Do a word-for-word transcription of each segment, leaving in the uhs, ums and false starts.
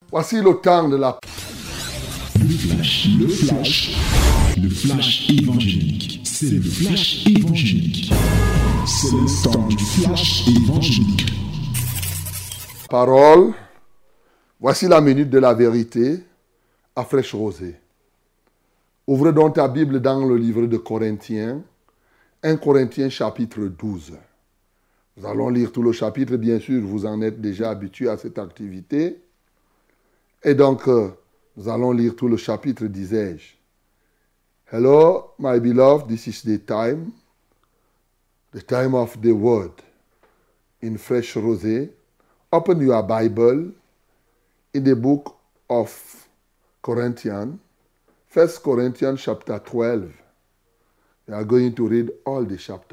Voici le temps de la... Le flash, le flash, le flash évangélique. C'est le flash évangélique. C'est le temps du flash évangélique. Parole. Voici la minute de la vérité à fraîche rosée. Ouvre donc ta Bible dans le livre de Corinthiens, premier Corinthiens chapitre douze. Nous allons lire tout le chapitre, bien sûr, vous en êtes déjà habitués à cette activité. Et donc, euh, nous allons lire tout le chapitre, disais-je. Hello, my beloved, this is the time, the time of the word in fresh rosé. Open your Bible in the book of Corinthians, First Corinthians chapter twelve. We are going to read all the chapter.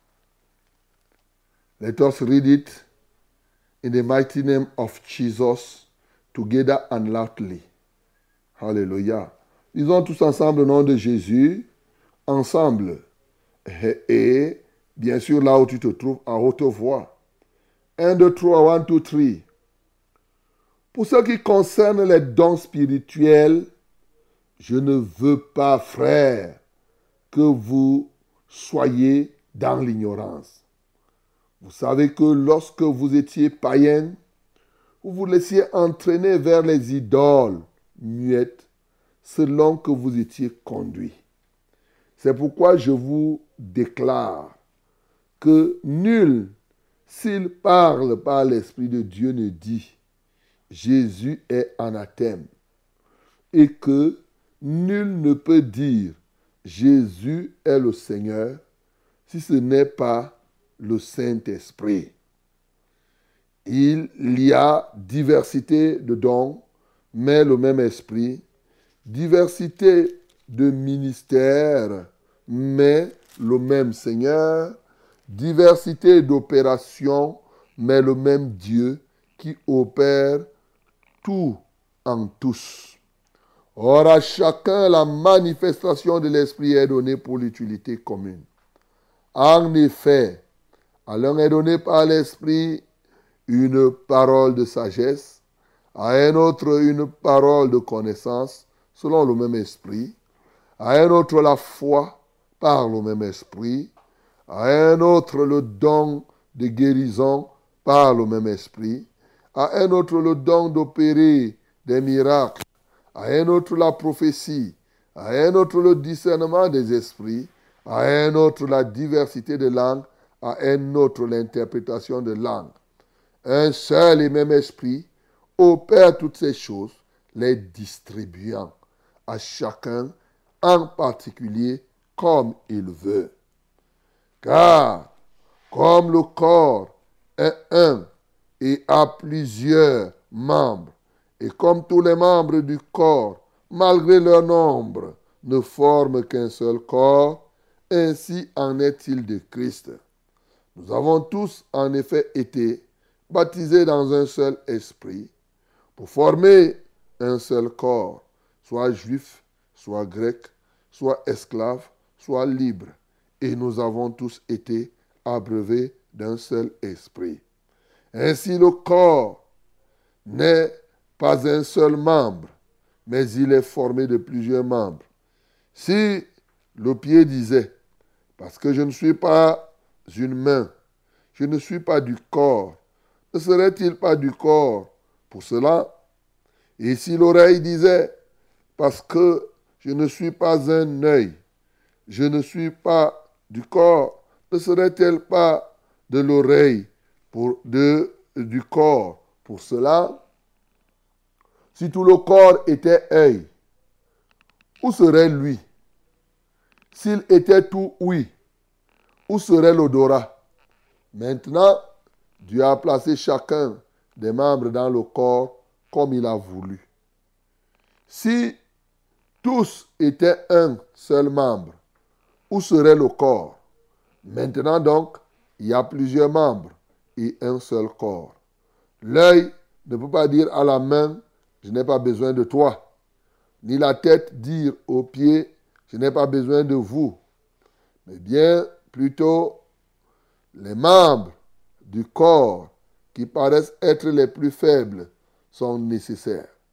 Let us read it in the mighty name of Jesus, together and loudly. Hallelujah. Lisons tous ensemble au nom de Jésus, ensemble. Et, et bien sûr, là où tu te trouves, à haute voix. Un, deux, trois, one, two, three. Pour ce qui concerne les dons spirituels, je ne veux pas, frères, que vous soyez dans l'ignorance. Vous savez que lorsque vous étiez païens, vous vous laissiez entraîner vers les idoles muettes selon que vous étiez conduits. C'est pourquoi je vous déclare que nul, s'il parle par l'Esprit de Dieu, ne dit « Jésus est anathème » et que nul ne peut dire « Jésus est le Seigneur » si ce n'est pas le Saint-Esprit. Il y a diversité de dons, mais le même Esprit. Diversité de ministères, mais le même Seigneur. Diversité d'opérations, mais le même Dieu qui opère tout en tous. Or, à chacun, la manifestation de l'Esprit est donnée pour l'utilité commune. En effet, à l'un est donné par l'Esprit une parole de sagesse, à un autre une parole de connaissance, selon le même esprit, à un autre la foi, par le même esprit, à un autre le don de guérison, par le même esprit, à un autre le don d'opérer des miracles, à un autre la prophétie, à un autre le discernement des esprits, à un autre la diversité de langues, à un autre l'interprétation de langues. Un seul et même esprit opère toutes ces choses, les distribuant à chacun en particulier comme il veut. Car, comme le corps est un et a plusieurs membres, et comme tous les membres du corps, malgré leur nombre, ne forment qu'un seul corps, ainsi en est-il de Christ. Nous avons tous en effet été baptisés dans un seul esprit, pour former un seul corps, soit juif, soit grec, soit esclave, soit libre. Et nous avons tous été abreuvés d'un seul esprit. Ainsi le corps n'est pas un seul membre, mais il est formé de plusieurs membres. Si le pied disait, parce que je ne suis pas une main, je ne suis pas du corps, ne serait-il pas du corps pour cela? Et si l'oreille disait, parce que je ne suis pas un œil, je ne suis pas du corps, ne serait-elle pas de l'oreille pour de, du corps pour cela? Si tout le corps était œil, où serait lui? S'il était tout ouïe, où serait l'odorat? Maintenant, Dieu a placé chacun des membres dans le corps comme il a voulu. Si tous étaient un seul membre, où serait le corps? Maintenant donc, il y a plusieurs membres et un seul corps. L'œil ne peut pas dire à la main, je n'ai pas besoin de toi. Ni la tête dire aux pieds, je n'ai pas besoin de vous. Mais bien plutôt, les membres du corps qui paraissent être les plus faibles sont nécessaires.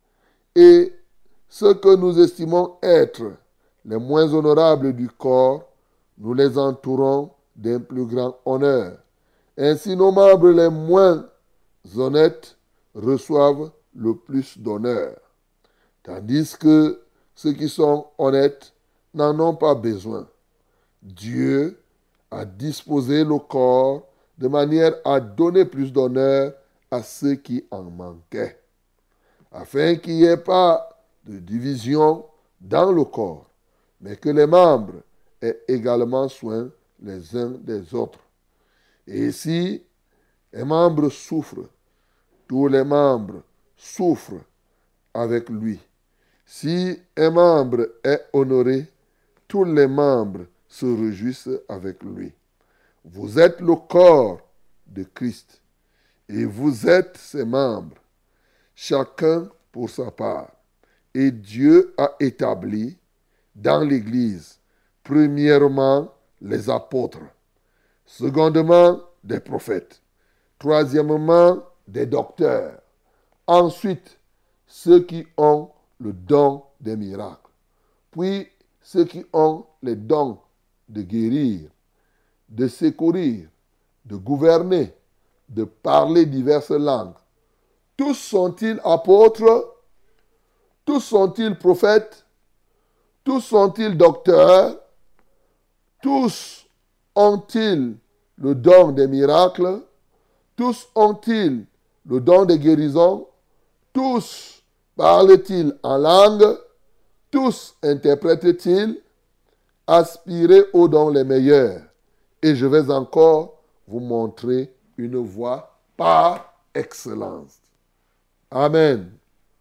et ceux que nous estimons être les moins honorables du corps, nous les entourons d'un plus grand honneur. Ainsi, nos membres les moins honnêtes reçoivent le plus d'honneur, tandis que ceux qui sont honnêtes n'en ont pas besoin. Dieu a disposé le corps de manière à donner plus d'honneur à ceux qui en manquaient, afin qu'il n'y ait pas de division dans le corps, mais que les membres aient également soin les uns des autres. Et si un membre souffre, tous les membres souffrent avec lui. Si un membre est honoré, tous les membres se réjouissent avec lui. Vous êtes le corps de Christ et vous êtes ses membres, chacun pour sa part. Et Dieu a établi dans l'Église, premièrement, les apôtres, secondement, des prophètes, troisièmement, des docteurs, ensuite, ceux qui ont le don des miracles, puis ceux qui ont les dons de guérir, de secourir, de gouverner, de parler diverses langues. Tous sont-ils apôtres? Tous sont-ils prophètes? Tous sont-ils docteurs? Tous ont-ils le don des miracles? Tous ont-ils le don de guérison? Tous parlent-ils en langue? Tous interprètent-ils? Aspirez aux dons les meilleurs. Et je vais encore vous montrer une voie par excellence. Amen.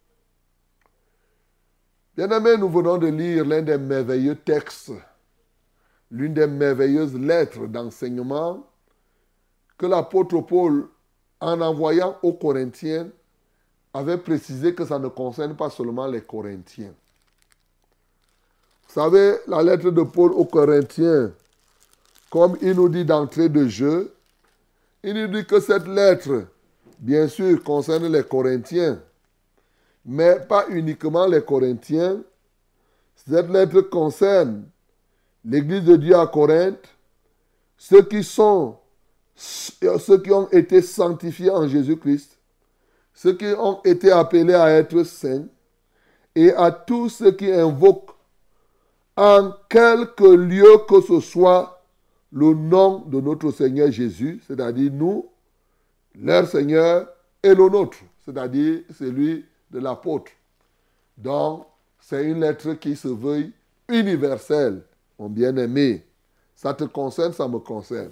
Bien-aimés, nous venons de lire l'un des merveilleux textes, l'une des merveilleuses lettres d'enseignement que l'apôtre Paul, en envoyant aux Corinthiens, avait précisé que ça ne concerne pas seulement les Corinthiens. Vous savez, la lettre de Paul aux Corinthiens, comme il nous dit d'entrée de jeu, il nous dit que cette lettre, bien sûr, concerne les Corinthiens, mais pas uniquement les Corinthiens. Cette lettre concerne l'Église de Dieu à Corinthe, ceux qui sont, ceux qui ont été sanctifiés en Jésus-Christ, ceux qui ont été appelés à être saints, et à tous ceux qui invoquent en quelque lieu que ce soit le nom de notre Seigneur Jésus, c'est-à-dire nous, leur Seigneur, et le nôtre, c'est-à-dire celui de l'apôtre. Donc, c'est une lettre qui se veut universelle, mon bien-aimé. Ça te concerne, ça me concerne.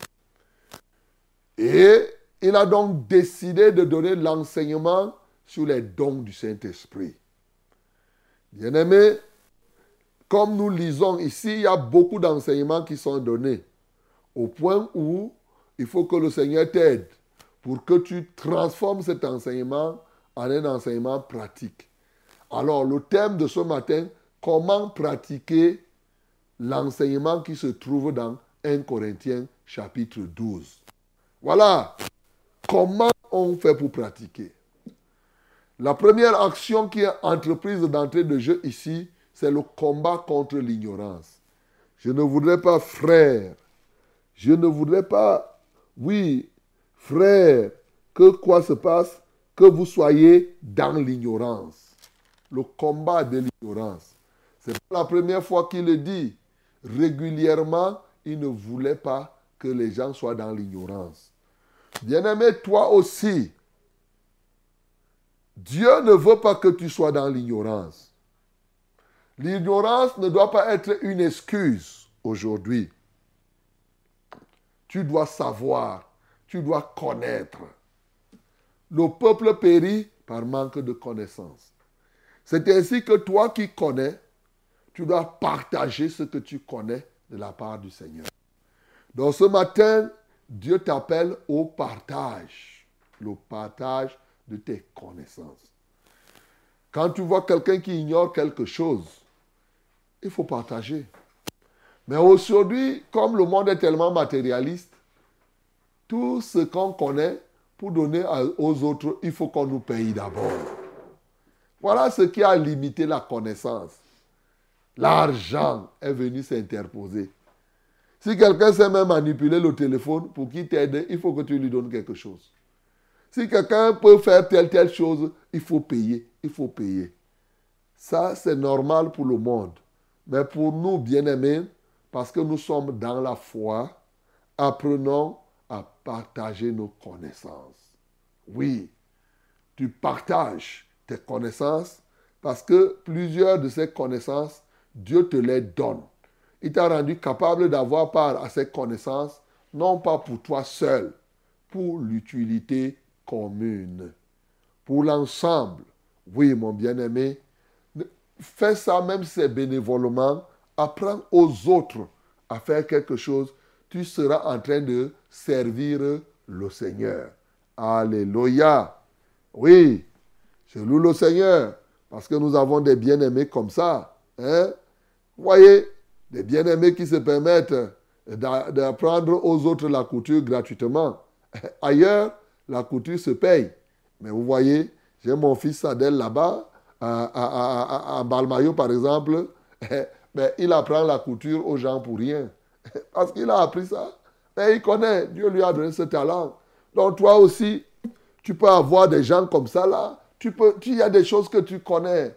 Et il a donc décidé de donner l'enseignement sur les dons du Saint-Esprit. Bien-aimé, comme nous lisons ici, il y a beaucoup d'enseignements qui sont donnés, au point où il faut que le Seigneur t'aide pour que tu transformes cet enseignement en un enseignement pratique. Alors, le thème de ce matin, comment pratiquer l'enseignement qui se trouve dans premier Corinthiens chapitre douze. Voilà, comment on fait pour pratiquer. La première action qui est entreprise d'entrée de jeu ici, c'est le combat contre l'ignorance. Je ne voudrais pas, frère, je ne voudrais pas, oui, frère, que quoi se passe? Que vous soyez dans l'ignorance. Le combat de l'ignorance. Ce n'est pas la première fois qu'il le dit. Régulièrement, il ne voulait pas que les gens soient dans l'ignorance. Bien-aimé, toi aussi, Dieu ne veut pas que tu sois dans l'ignorance. L'ignorance ne doit pas être une excuse aujourd'hui. Tu dois savoir, tu dois connaître. Le peuple périt par manque de connaissance. C'est ainsi que toi qui connais, tu dois partager ce que tu connais de la part du Seigneur. Donc ce matin, Dieu t'appelle au partage. Le partage de tes connaissances. Quand tu vois quelqu'un qui ignore quelque chose, il faut partager. Mais aujourd'hui, comme le monde est tellement matérialiste, tout ce qu'on connaît, pour donner aux autres, il faut qu'on nous paye d'abord. Voilà ce qui a limité la connaissance. L'argent est venu s'interposer. Si quelqu'un sait même manipuler le téléphone pour qu'il t'aide, il faut que tu lui donnes quelque chose. Si quelqu'un peut faire telle, telle chose, il faut payer, il faut payer. Ça, c'est normal pour le monde. Mais pour nous, bien-aimés, parce que nous sommes dans la foi, apprenons à partager nos connaissances. Oui, tu partages tes connaissances parce que plusieurs de ces connaissances, Dieu te les donne. Il t'a rendu capable d'avoir part à ces connaissances, non pas pour toi seul, pour l'utilité commune, pour l'ensemble. Oui, mon bien-aimé, fais ça même si c'est bénévolement, apprends aux autres à faire quelque chose, tu seras en train de servir le Seigneur. Alléluia. Oui, je loue le Seigneur parce que nous avons des bien-aimés comme ça. Hein? Vous voyez, des bien-aimés qui se permettent d'apprendre aux autres la couture gratuitement. Ailleurs, la couture se paye. Mais vous voyez, j'ai mon fils Sadel là-bas, à, à, à, à Balmayo par exemple, mais il apprend la couture aux gens pour rien. Parce qu'il a appris ça. Et il connaît, Dieu lui a donné ce talent. Donc toi aussi, tu peux avoir des gens comme ça là. Tu peux, il y a des choses que tu connais.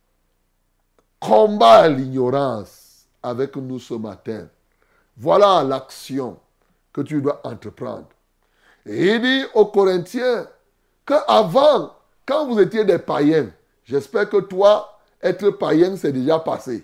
Combat l'ignorance avec nous ce matin. Voilà l'action que tu dois entreprendre. Et il dit aux Corinthiens qu'avant, quand vous étiez des païens, j'espère que toi, être païen, c'est déjà passé.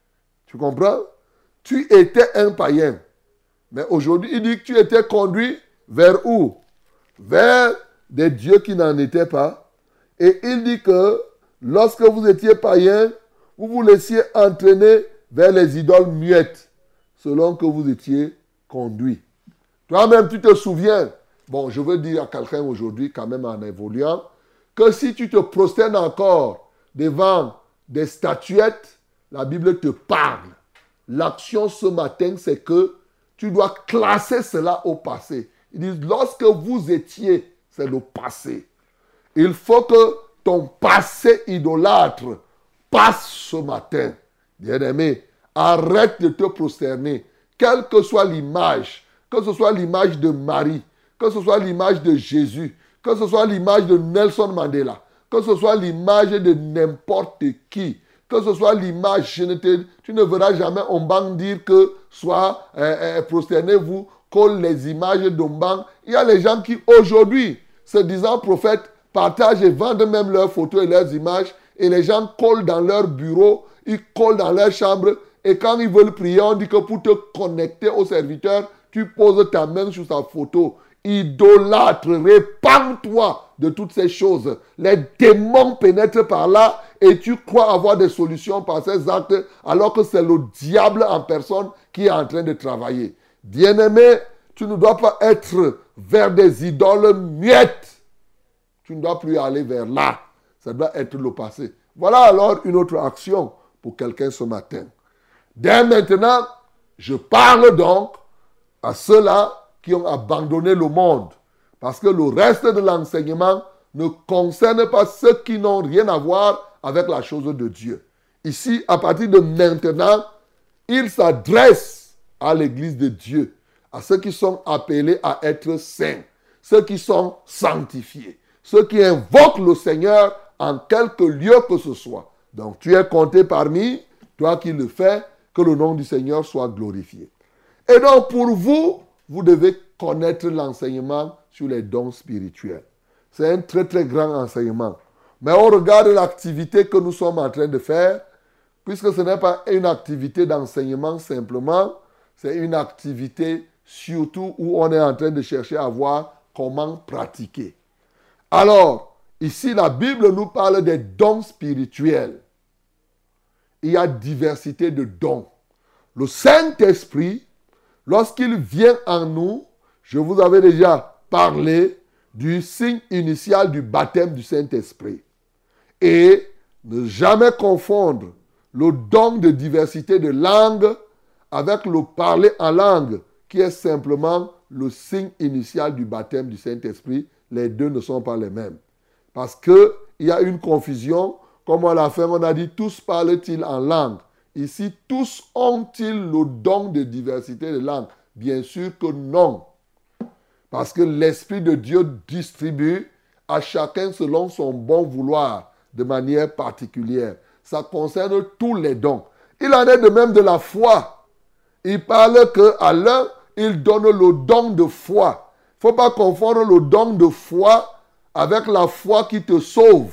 Tu comprends? Tu étais un païen. Mais aujourd'hui, il dit que tu étais conduit vers où? Vers des dieux qui n'en étaient pas. Et il dit que lorsque vous étiez païen, vous vous laissiez entraîner vers les idoles muettes, selon que vous étiez conduit. Toi-même, tu te souviens, bon, je veux dire à quelqu'un aujourd'hui, quand même en évoluant, que si tu te prosternes encore devant des statuettes, la Bible te parle. L'action ce matin, c'est que tu dois classer cela au passé. Ils disent, lorsque vous étiez, c'est le passé. Il faut que ton passé idolâtre passe ce matin. Bien-aimé, arrête de te prosterner. Quelle que soit l'image, que ce soit l'image de Marie, que ce soit l'image de Jésus, que ce soit l'image de Nelson Mandela, que ce soit l'image de n'importe qui, que ce soit l'image, je ne te, tu ne verras jamais Ombang dire que soit euh, euh, prosternez-vous, colle les images d'Ombang. Il y a les gens qui aujourd'hui, se disant prophètes, partagent et vendent même leurs photos et leurs images, et les gens collent dans leur bureau, ils collent dans leur chambre, et quand ils veulent prier, on dit que pour te connecter au serviteur, tu poses ta main sur sa photo. Idolâtre, répands-toi de toutes ces choses. Les démons pénètrent par là et tu crois avoir des solutions par ces actes alors que c'est le diable en personne qui est en train de travailler. Bien-aimé, tu ne dois pas être vers des idoles muettes. Tu ne dois plus aller vers là. Ça doit être le passé. Voilà alors une autre action pour quelqu'un ce matin. Dès maintenant, je parle donc à ceux-là qui ont abandonné le monde. Parce que le reste de l'enseignement ne concerne pas ceux qui n'ont rien à voir avec la chose de Dieu. Ici, à partir de maintenant, il s'adresse à l'église de Dieu, à ceux qui sont appelés à être saints, ceux qui sont sanctifiés, ceux qui invoquent le Seigneur en quelque lieu que ce soit. Donc, tu es compté parmi, toi qui le fais, que le nom du Seigneur soit glorifié. Et donc, pour vous, vous devez connaître l'enseignement sur les dons spirituels. C'est un très très grand enseignement. Mais au regard de l'activité que nous sommes en train de faire, puisque ce n'est pas une activité d'enseignement simplement, c'est une activité surtout où on est en train de chercher à voir comment pratiquer. Alors, ici la Bible nous parle des dons spirituels. Il y a diversité de dons. Le Saint-Esprit, lorsqu'il vient en nous, je vous avais déjà parlé du signe initial du baptême du Saint-Esprit. Et ne jamais confondre le don de diversité de langue avec le parler en langue, qui est simplement le signe initial du baptême du Saint-Esprit. Les deux ne sont pas les mêmes. Parce qu'il y a une confusion. Comme à la fin, on a dit, tous parlent-ils en langue. Ici, tous ont-ils le don de diversité de langues? Bien sûr que non. Parce que l'Esprit de Dieu distribue à chacun selon son bon vouloir, de manière particulière. Ça concerne tous les dons. Il en est de même de la foi. Il parle qu'à l'un, il donne le don de foi. Il ne faut pas confondre le don de foi avec la foi qui te sauve.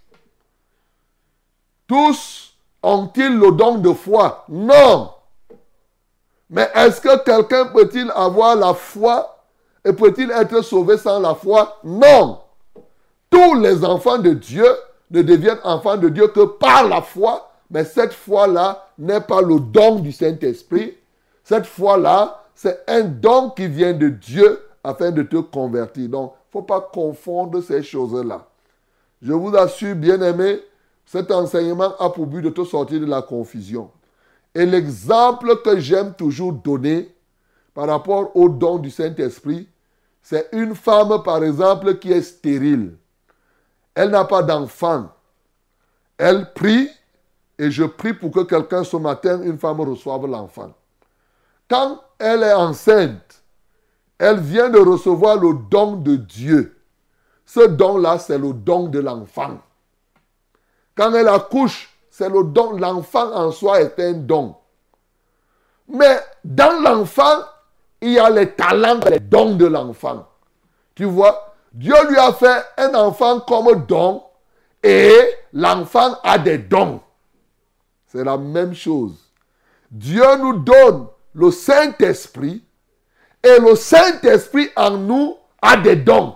Tous ont-ils le don de foi? Non. Mais est-ce que quelqu'un peut-il avoir la foi et peut-il être sauvé sans la foi? Non. Tous les enfants de Dieu ne deviennent enfants de Dieu que par la foi, mais cette foi-là n'est pas le don du Saint-Esprit. Cette foi-là, c'est un don qui vient de Dieu afin de te convertir. Donc, il ne faut pas confondre ces choses-là. Je vous assure, bien-aimés, cet enseignement a pour but de te sortir de la confusion. Et l'exemple que j'aime toujours donner par rapport au don du Saint-Esprit, c'est une femme, par exemple, qui est stérile. Elle n'a pas d'enfant. Elle prie, et je prie pour que quelqu'un ce matin, une femme, reçoive l'enfant. Quand elle est enceinte, elle vient de recevoir le don de Dieu. Ce don-là, c'est le don de l'enfant. Quand elle accouche, c'est le don. L'enfant en soi est un don. Mais dans l'enfant, il y a les talents, les dons de l'enfant. Tu vois, Dieu lui a fait un enfant comme don et l'enfant a des dons. C'est la même chose. Dieu nous donne le Saint-Esprit et le Saint-Esprit en nous a des dons.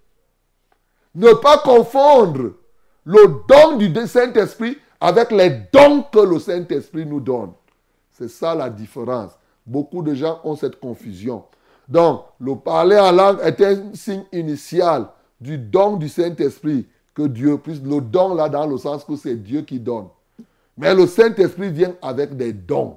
Ne pas confondre le don du Saint-Esprit avec les dons que le Saint-Esprit nous donne. C'est ça la différence. Beaucoup de gens ont cette confusion. Donc, le parler en langue est un signe initial du don du Saint-Esprit que Dieu puisse. Le don là dans le sens que c'est Dieu qui donne. Mais le Saint-Esprit vient avec des dons.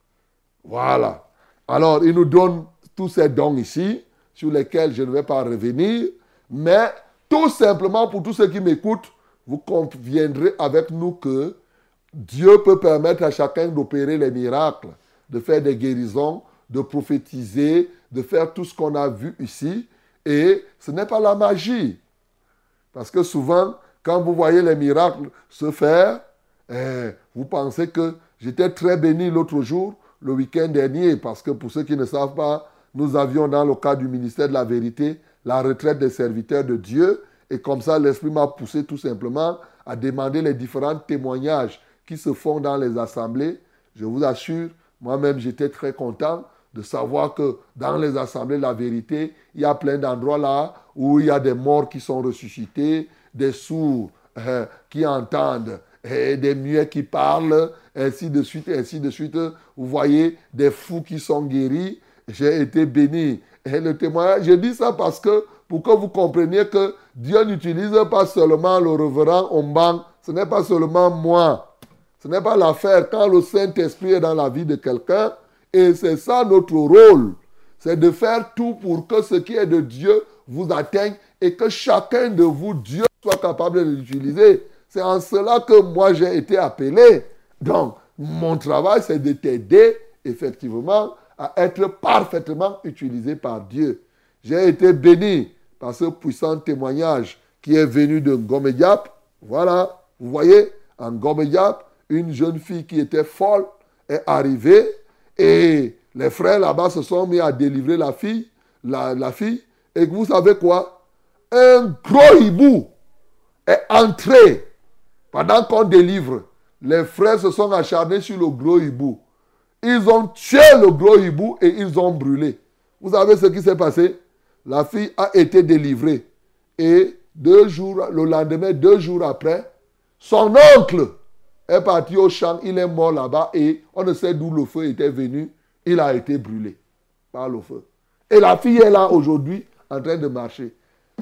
Voilà. Alors, il nous donne tous ces dons ici, sur lesquels je ne vais pas revenir. Mais, tout simplement, pour tous ceux qui m'écoutent, vous conviendrez avec nous que Dieu peut permettre à chacun d'opérer les miracles, de faire des guérisons, de prophétiser, de faire tout ce qu'on a vu ici. Et ce n'est pas la magie. Parce que souvent, quand vous voyez les miracles se faire, eh, vous pensez que j'étais très béni l'autre jour, le week-end dernier, parce que pour ceux qui ne savent pas, nous avions dans le cadre du ministère de la vérité la retraite des serviteurs de Dieu. Et comme ça, l'Esprit m'a poussé tout simplement à demander les différents témoignages qui se font dans les assemblées. Je vous assure, moi-même, j'étais très content de savoir que dans les assemblées de la vérité, il y a plein d'endroits là où il y a des morts qui sont ressuscités, des sourds euh, qui entendent, et des muets qui parlent, ainsi de suite, ainsi de suite. Vous voyez, des fous qui sont guéris. J'ai été béni. Et le témoignage, je dis ça parce que, pour que vous compreniez que Dieu n'utilise pas seulement le révérend Ombang, ce n'est pas seulement moi. Ce n'est pas l'affaire quand le Saint-Esprit est dans la vie de quelqu'un. Et c'est ça notre rôle. C'est de faire tout pour que ce qui est de Dieu vous atteigne et que chacun de vous, Dieu, soit capable de l'utiliser. C'est en cela que moi j'ai été appelé. Donc, mon travail, c'est de t'aider, effectivement, à être parfaitement utilisé par Dieu. J'ai été béni par ce puissant témoignage qui est venu de Ngomediap. Voilà, vous voyez, en Ngomediap, une jeune fille qui était folle est arrivée et les frères là-bas se sont mis à délivrer la fille, la, la fille. Et vous savez quoi? Un gros hibou est entré pendant qu'on délivre. Les frères se sont acharnés sur le gros hibou. Ils ont tué le gros hibou et ils ont brûlé. Vous savez ce qui s'est passé? La fille a été délivrée. Et deux jours, le lendemain, deux jours après, son oncle est parti au champ. Il est mort là-bas et on ne sait d'où le feu était venu. Il a été brûlé par le feu. Et la fille est là aujourd'hui en train de marcher.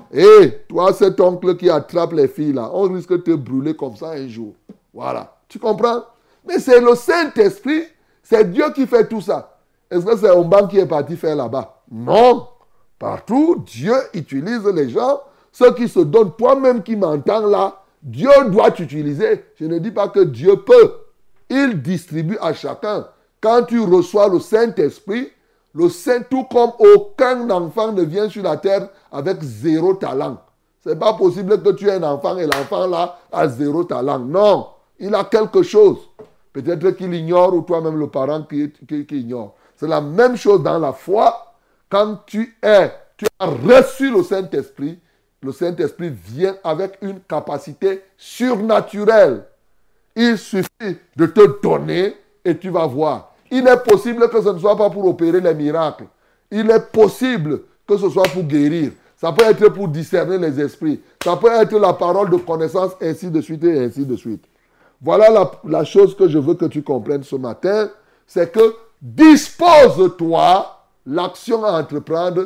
Et toi, cet oncle qui attrape les filles là, on risque de te brûler comme ça un jour. Voilà. Tu comprends? Mais c'est le Saint-Esprit, c'est Dieu qui fait tout ça. Est-ce que c'est Ombang qui est parti faire là-bas? Non. Partout, Dieu utilise les gens, ceux qui se donnent. Toi-même qui m'entends là, Dieu doit t'utiliser. Je ne dis pas que Dieu peut. Il distribue à chacun. Quand tu reçois le Saint-Esprit, le Saint, tout comme aucun enfant ne vient sur la terre avec zéro talent. Ce n'est pas possible que tu aies un enfant et l'enfant là a zéro talent. Non, il a quelque chose. Peut-être qu'il ignore ou toi-même le parent qui, qui, qui ignore. C'est la même chose dans la foi. Quand tu es, tu as reçu le Saint-Esprit, le Saint-Esprit vient avec une capacité surnaturelle. Il suffit de te donner et tu vas voir. Il est possible que ce ne soit pas pour opérer les miracles. Il est possible que ce soit pour guérir. Ça peut être pour discerner les esprits. Ça peut être la parole de connaissance, ainsi de suite et ainsi de suite. Voilà la, la chose que je veux que tu comprennes ce matin. C'est que dispose-toi, l'action à entreprendre,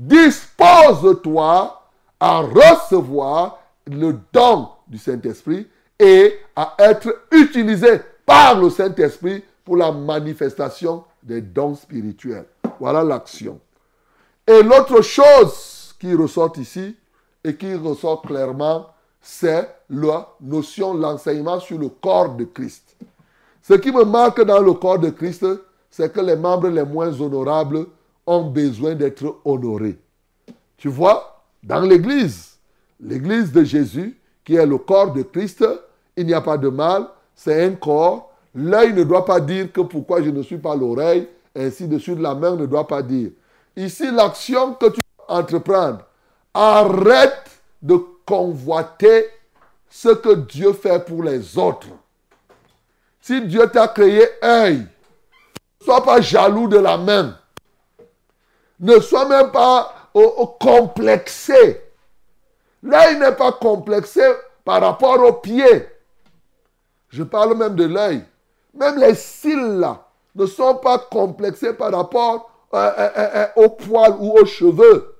dispose-toi à recevoir le don du Saint-Esprit et à être utilisé par le Saint-Esprit pour la manifestation des dons spirituels. Voilà l'action. Et l'autre chose qui ressort ici et qui ressort clairement, c'est la notion, l'enseignement sur le corps de Christ. Ce qui me marque dans le corps de Christ, c'est que les membres les moins honorables ont besoin d'être honorés. Tu vois, dans l'Église, l'Église de Jésus, qui est le corps de Christ, il n'y a pas de mal, c'est un corps. L'œil ne doit pas dire que pourquoi je ne suis pas l'oreille, ainsi de suite, la main ne doit pas dire. Ici, l'action que tu vas entreprendre, arrête de convoiter ce que Dieu fait pour les autres. Si Dieu t'a créé œil, ne sois pas jaloux de la main. Ne sois même pas oh, oh, complexé. L'œil n'est pas complexé par rapport aux pieds. Je parle même de l'œil. Même les cils là ne sont pas complexés par rapport euh, euh, euh, aux poils ou aux cheveux.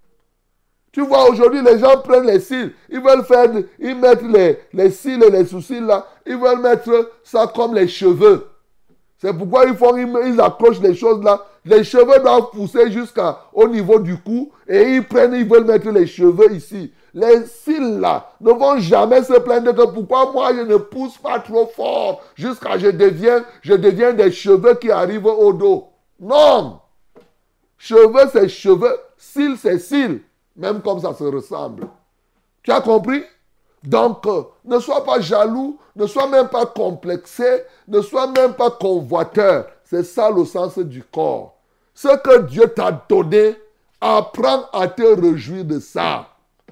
Tu vois, aujourd'hui, les gens prennent les cils. Ils veulent faire, ils mettent les, les cils et les sous-cils là. Ils veulent mettre ça comme les cheveux. C'est pourquoi ils font, ils, ils accrochent les choses là. Les cheveux doivent pousser jusqu'au niveau du cou. Et ils prennent, ils veulent mettre les cheveux ici. Les cils là ne vont jamais se plaindre que pourquoi moi je ne pousse pas trop fort jusqu'à je deviens, je deviens des cheveux qui arrivent au dos. Non. Cheveux c'est cheveux, cils c'est cils. Même comme ça se ressemble. Tu as compris? Donc, euh, ne sois pas jaloux, ne sois même pas complexé, ne sois même pas convoiteur. C'est ça le sens du corps. Ce que Dieu t'a donné, apprends à te réjouir de ça.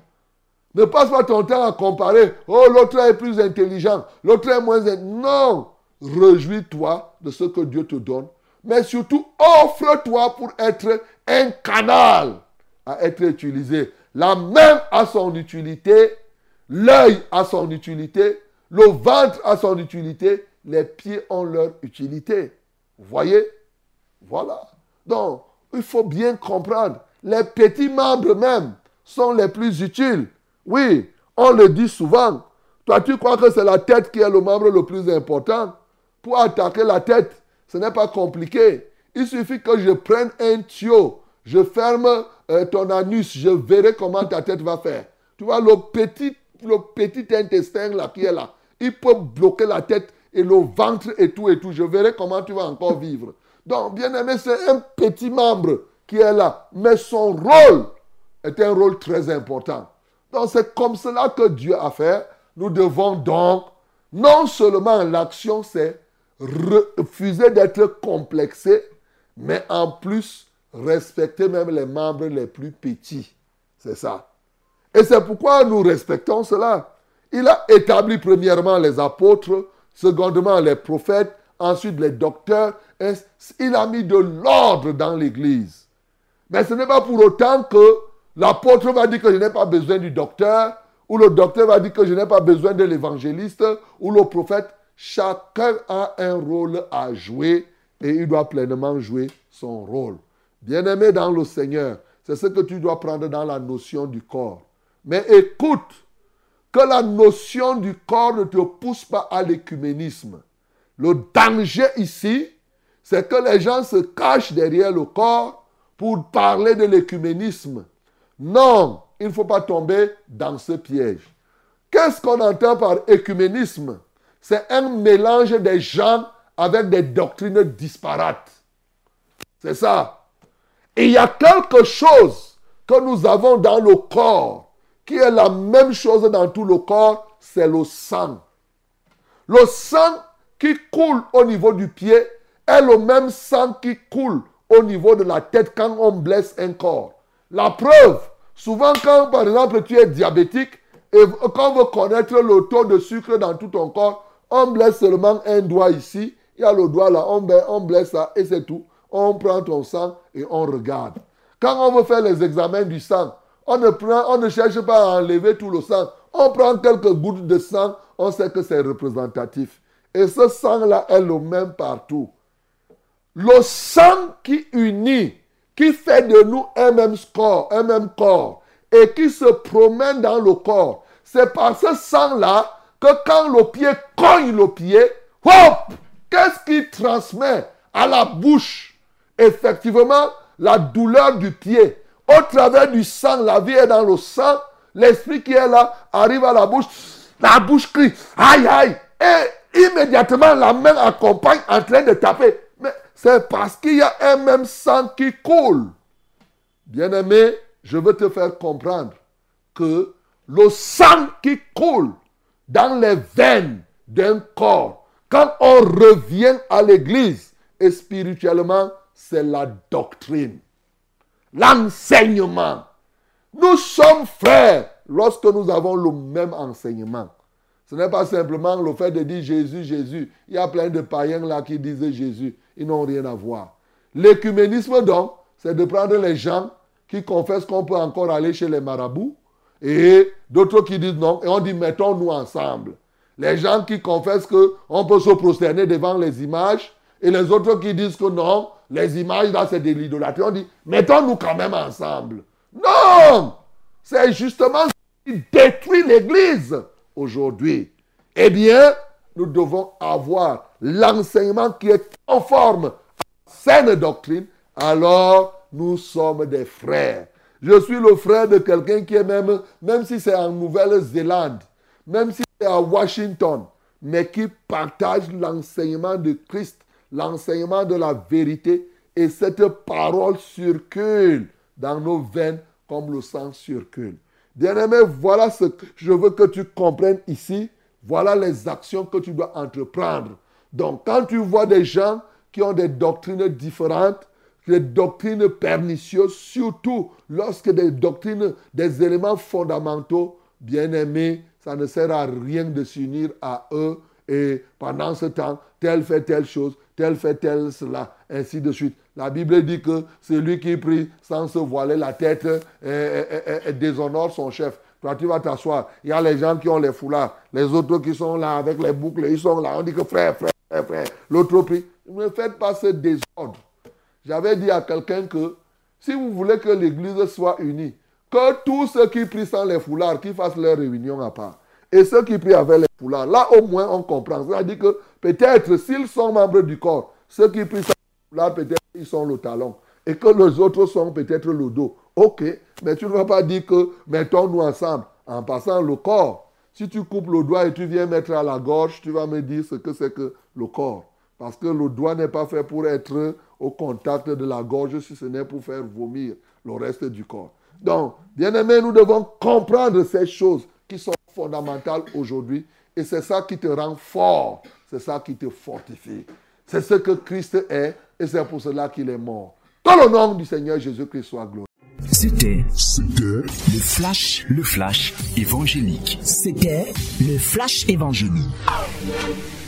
Ne passe pas ton temps à comparer. Oh, l'autre est plus intelligent, l'autre est moins intelligent. Non, réjouis-toi de ce que Dieu te donne. Mais surtout, offre-toi pour être un canal à être utilisé. La main a son utilité, l'œil a son utilité, le ventre a son utilité, les pieds ont leur utilité. Vous voyez? Voilà. Donc, il faut bien comprendre. Les petits membres même sont les plus utiles. Oui, on le dit souvent. Toi, tu crois que c'est la tête qui est le membre le plus important? Pour attaquer la tête, ce n'est pas compliqué. Il suffit que je prenne un tuyau, je ferme euh, ton anus, je verrai comment ta tête va faire. Tu vois, le petit, le petit intestin là qui est là, il peut bloquer la tête et le ventre et tout et tout. Je verrai comment tu vas encore vivre. Donc, bien aimé, c'est un petit membre qui est là. Mais son rôle est un rôle très important. Donc, c'est comme cela que Dieu a fait. Nous devons donc, non seulement l'action, c'est refuser d'être complexé, mais en plus, respecter même les membres les plus petits. C'est ça. Et c'est pourquoi nous respectons cela. Il a établi premièrement les apôtres, secondement les prophètes, ensuite les docteurs. Et il a mis de l'ordre dans l'Église. Mais ce n'est pas pour autant que l'apôtre va dire que je n'ai pas besoin du docteur, ou le docteur va dire que je n'ai pas besoin de l'évangéliste, ou le prophète. Chacun a un rôle à jouer et il doit pleinement jouer son rôle. Bien-aimé dans le Seigneur, c'est ce que tu dois prendre dans la notion du corps. Mais écoute, que la notion du corps ne te pousse pas à l'écuménisme. Le danger ici, c'est que les gens se cachent derrière le corps pour parler de l'écuménisme. Non, il ne faut pas tomber dans ce piège. Qu'est-ce qu'on entend par écuménisme? C'est un mélange des gens avec des doctrines disparates. C'est ça. Et il y a quelque chose que nous avons dans le corps, qui est la même chose dans tout le corps, c'est le sang. Le sang qui coule au niveau du pied est le même sang qui coule au niveau de la tête quand on blesse un corps. La preuve, souvent quand par exemple tu es diabétique et quand on veut connaître le taux de sucre dans tout ton corps, on blesse seulement un doigt ici, il y a le doigt là, on, on blesse ça et c'est tout. On prend ton sang et on regarde. Quand on veut faire les examens du sang, on ne, prend, on ne cherche pas à enlever tout le sang. On prend quelques gouttes de sang, on sait que c'est représentatif. Et ce sang-là est le même partout. Le sang qui unit, qui fait de nous un même corps, un même corps, et qui se promène dans le corps, c'est par ce sang-là que quand le pied cogne le pied, hop, qu'est-ce qui transmet à la bouche? Effectivement, la douleur du pied. Au travers du sang, la vie est dans le sang. L'esprit qui est là arrive à la bouche. La bouche crie. Aïe, aïe. Et immédiatement, la main accompagne en train de taper. Mais c'est parce qu'il y a un même sang qui coule. Bien-aimé, je veux te faire comprendre que le sang qui coule dans les veines d'un corps, quand on revient à l'église, et spirituellement, c'est la doctrine, l'enseignement. Nous sommes frères lorsque nous avons le même enseignement. Ce n'est pas simplement le fait de dire Jésus, Jésus. Il y a plein de païens là qui disent Jésus. Ils n'ont rien à voir. L'écuménisme donc, c'est de prendre les gens qui confessent qu'on peut encore aller chez les marabouts et d'autres qui disent non. Et on dit mettons-nous ensemble. Les gens qui confessent qu'on peut se prosterner devant les images et les autres qui disent que non, les images là c'est de l'idolâtrie. On dit mettons-nous quand même ensemble. Non! C'est justement ce qui détruit l'église aujourd'hui. Eh bien, nous devons avoir l'enseignement qui est conforme à la saine doctrine. Alors, nous sommes des frères. Je suis le frère de quelqu'un qui est même, même si c'est en Nouvelle-Zélande, même si c'est à Washington, mais qui partage l'enseignement de Christ, l'enseignement de la vérité, et cette parole circule dans nos veines comme le sang circule. Bien-aimé, voilà ce que je veux que tu comprennes ici. Voilà les actions que tu dois entreprendre. Donc, quand tu vois des gens qui ont des doctrines différentes, des doctrines pernicieuses, surtout lorsque des doctrines, des éléments fondamentaux, bien-aimés, ça ne sert à rien de s'unir à eux. Et pendant ce temps, tel fait telle chose, tel fait tel cela, ainsi de suite. La Bible dit que celui qui prie sans se voiler la tête et, et, et, et déshonore son chef. Toi, tu vas t'asseoir. Il y a les gens qui ont les foulards. Les autres qui sont là avec les boucles, ils sont là. On dit que frère, frère, frère, frère. L'autre prie. Ne faites pas ce désordre. J'avais dit à quelqu'un que si vous voulez que l'église soit unie, que tous ceux qui prient sans les foulards, qu'ils fassent leur réunion à part. Et ceux qui prient avec les foulards, là au moins on comprend. C'est-à-dire que peut-être s'ils sont membres du corps, ceux qui prient sans les foulards, peut-être ils sont le talon. Et que les autres sont peut-être le dos. Ok, mais tu ne vas pas dire que mettons-nous ensemble en passant le corps. Si tu coupes le doigt et tu viens mettre à la gorge, tu vas me dire ce que c'est que le corps. Parce que le doigt n'est pas fait pour être au contact de la gorge si ce n'est pour faire vomir le reste du corps. Donc, bien-aimés, nous devons comprendre ces choses qui sont fondamentales aujourd'hui. Et c'est ça qui te rend fort. C'est ça qui te fortifie. C'est ce que Christ est et c'est pour cela qu'il est mort. Dans le nom du Seigneur Jésus-Christ soit glorifié. C'était, c'était le flash, le flash évangélique. C'était le flash évangélique.